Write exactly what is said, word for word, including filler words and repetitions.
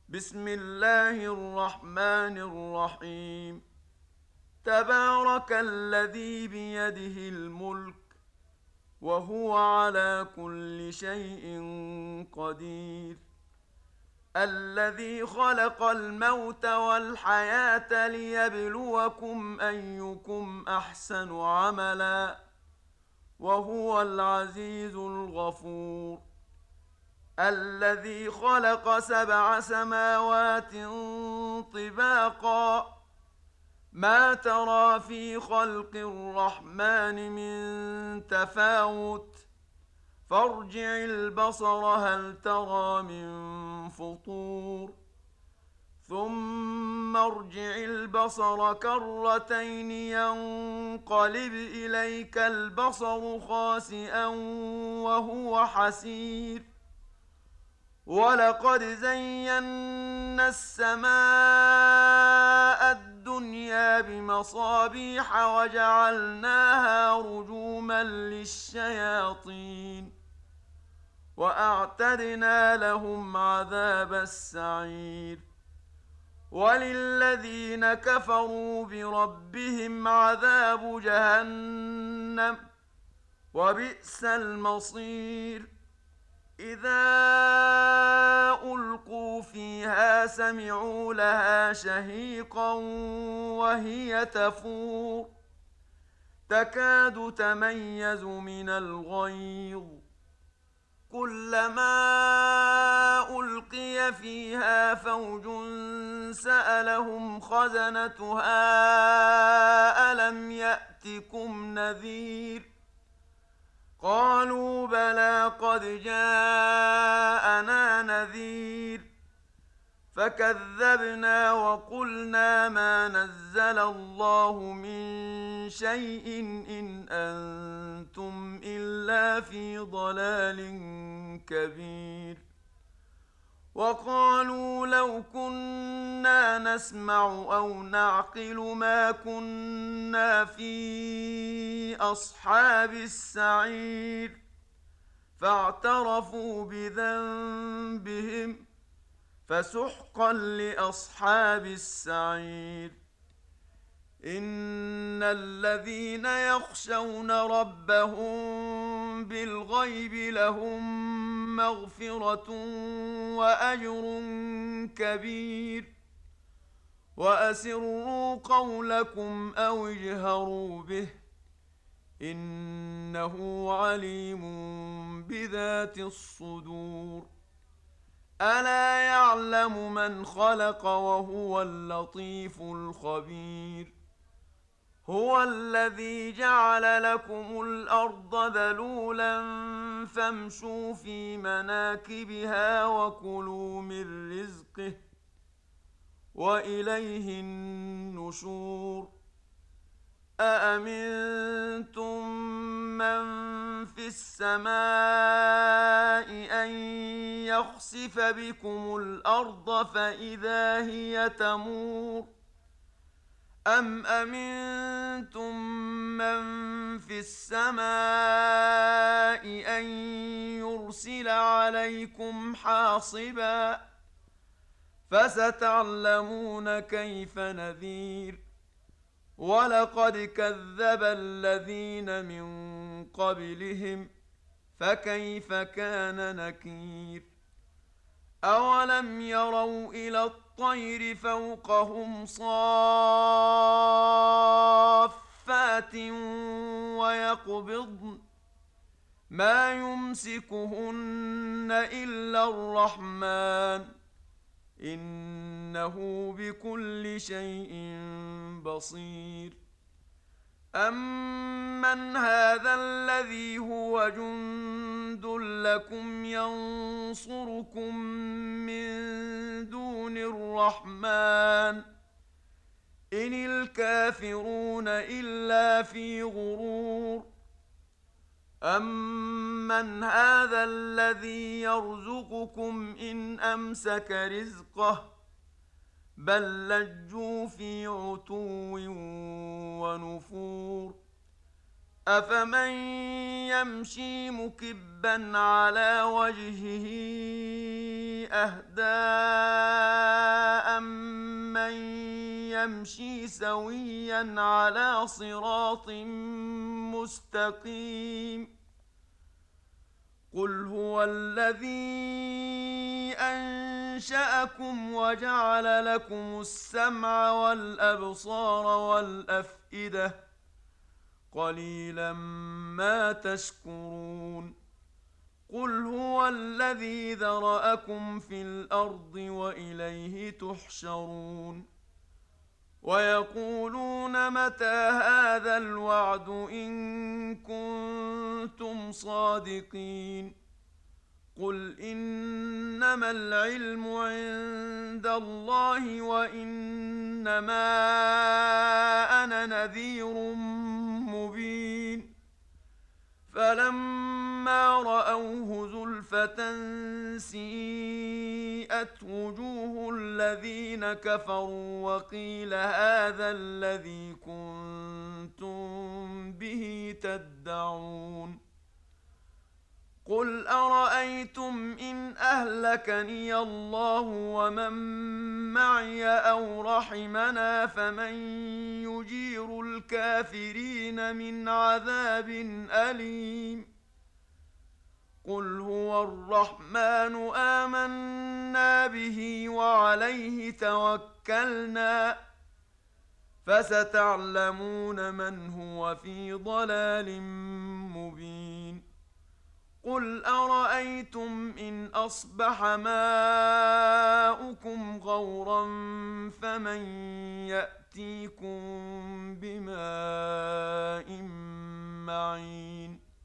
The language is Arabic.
بسم الله الرحمن الرحيم. تبارك الذي بيده الملك وهو على كل شيء قدير. الذي خلق الموت والحياة ليبلوكم أيكم أحسن عملا وهو العزيز الغفور. الذي خلق سبع سماوات طباقا ما ترى في خلق الرحمن من تفاوت فارجع البصر هل ترى من فطور ثم ارجع البصر كرتين ينقلب إليك البصر خاسئا وهو حسير. ولقد زينا السماء الدنيا بمصابيح وجعلناها رجوما للشياطين وأعتدنا لهم عذاب السعير. وللذين كفروا بربهم عذاب جهنم وبئس المصير. إذا ألقوا فيها سمعوا لها شهيقا وهي تفور تكاد تميز من الغيظ كلما ألقي فيها فوج سألهم خزنتها ألم يأتكم نذير قالوا بلى قد جاءنا نذير فكذبنا وقلنا ما نزل الله من شيء إن أنتم إلا في ضلال كبير. وقالوا لو كنا نسمع أو نعقل ما كنا في أصحاب السعير فاعترفوا بذنبهم فسحقا لأصحاب السعير. إن الذين يخشون ربهم بالغيب لهم مغفرة وأجر كبير. وأسروا قولكم أو اجهروا به إنه عليم بذات الصدور. ألا يعلم من خلق وهو اللطيف الخبير. هو الذي جعل لكم الأرض ذلولا فامشوا في مناكبها وكلوا من رزقه وإليه النشور. أأمنتم من في السماء أن يخسف بكم الأرض فإذا هي تمور أم أمنتم من في السماء أن يرسل عليكم حاصبا فستعلمون كيف نذير. ولقد كذب الذين من قبلهم فكيف كان نكير. أولم يروا إلى الطير فوقهم صافات ويقبضن ما يمسكهن إلا الرحمن إنه بكل شيء بصير. أمن هذا الذي هو جند لكم ينصركم من دون الرحمن إن الكافرون إلا في غرور. أمن هذا الذي يرزقكم إن أمسك رزقه بل لجوا في عتو ونفور. أفمن يمشي مكبا على وجهه أهدى أمن يمشي سويا على صراط مستقيم قل هو الذي أنشأكم وجعل لكم السمع والأبصار والأفئدة قليلا ما تشكرون قل هو الذي ذرأكم في الأرض وإليه تحشرون ويقولون متى هذا الوعد إن كنتم صادقين قل إنما العلم عند الله وإنما أنا نذير مبين فلما رأوه زلفة سيئت وجوه الذين كفروا وقيل هذا الذي كنتم به تدعون قل أرأيتم إن أهلكني الله ومن معي أو رحمنا فمن يجير الكافرين من عذاب أليم قل هو الرحمن آمنا به وعليه توكلنا فستعلمون من هو في ضلال مبين قل أرأيتم إن أصبح ماؤكم غورا فمن يأتيكم بماء معين